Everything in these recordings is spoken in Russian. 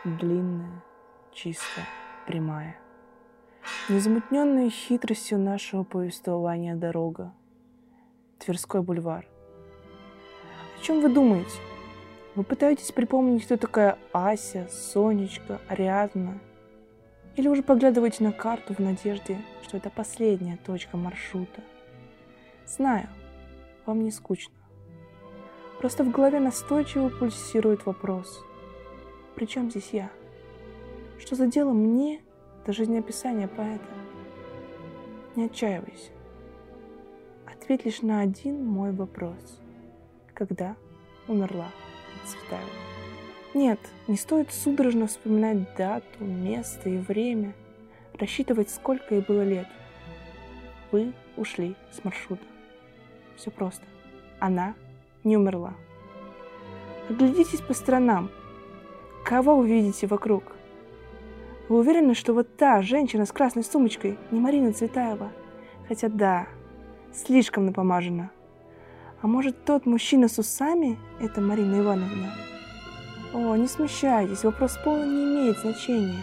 длинная, чистая, прямая, незамутненная хитростью нашего повествования дорога, Тверской бульвар. О чем вы думаете? Вы пытаетесь припомнить, кто такая Ася, Сонечка, Ариадна? Или уже поглядываете на карту в надежде, что это последняя точка маршрута? Знаю, вам не скучно. Просто в голове настойчиво пульсирует вопрос: при чем здесь я? Что за дело мне до жизнеописания поэта? Не отчаивайся. Ответь лишь на один мой вопрос: когда умерла Цветаева? Нет, не стоит судорожно вспоминать дату, место и время, рассчитывать, сколько ей было лет. Вы ушли с маршрута. Все просто. Она не умерла. Оглядитесь по сторонам. Кого вы видите вокруг? Вы уверены, что вот та женщина с красной сумочкой не Марина Цветаева? Хотя да, слишком напомажена. А может, тот мужчина с усами – это Марина Ивановна? О, не смущайтесь, вопрос пола не имеет значения.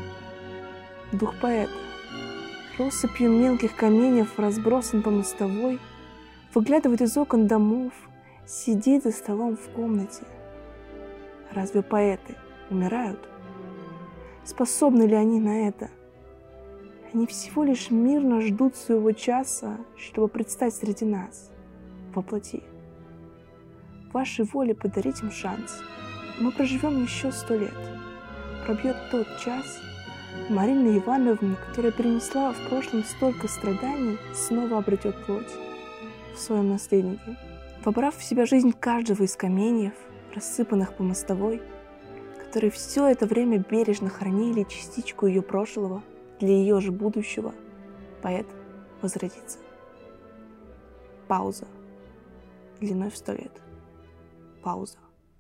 Дух поэта россыпью мелких каменьев разбросан по мостовой, выглядывает из окон домов, сидит за столом в комнате. Разве поэты умирают? Способны ли они на это? Они всего лишь мирно ждут своего часа, чтобы предстать среди нас, во плоти. Вашей воле подарить им шанс. Мы проживем еще 100 лет. Пробьет тот час, Марина Ивановна, которая перенесла в прошлом столько страданий, снова обретет плоть в своем наследнике. Вобрав в себя жизнь каждого из каменьев, рассыпанных по мостовой, которые все это время бережно хранили частичку ее прошлого для ее же будущего, поэт возродится. Пауза. Длиной в 100 лет. Пауза.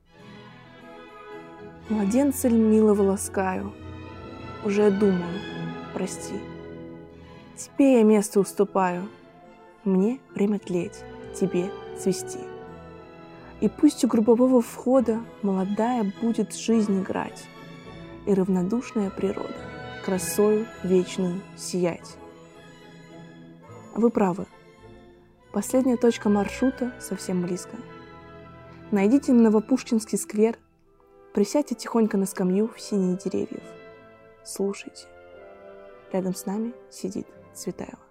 Младенца ль милого ласкаю, уже думаю, прости. Тебе я место уступаю, мне время тлеть, тебе цвести. И пусть у гробового входа молодая будет жизнь играть, и равнодушная природа красою вечную сиять. Вы правы. Последняя точка маршрута совсем близко. Найдите Новопушкинский сквер, присядьте тихонько на скамью в синие деревьев. Слушайте. Рядом с нами сидит Цветаева.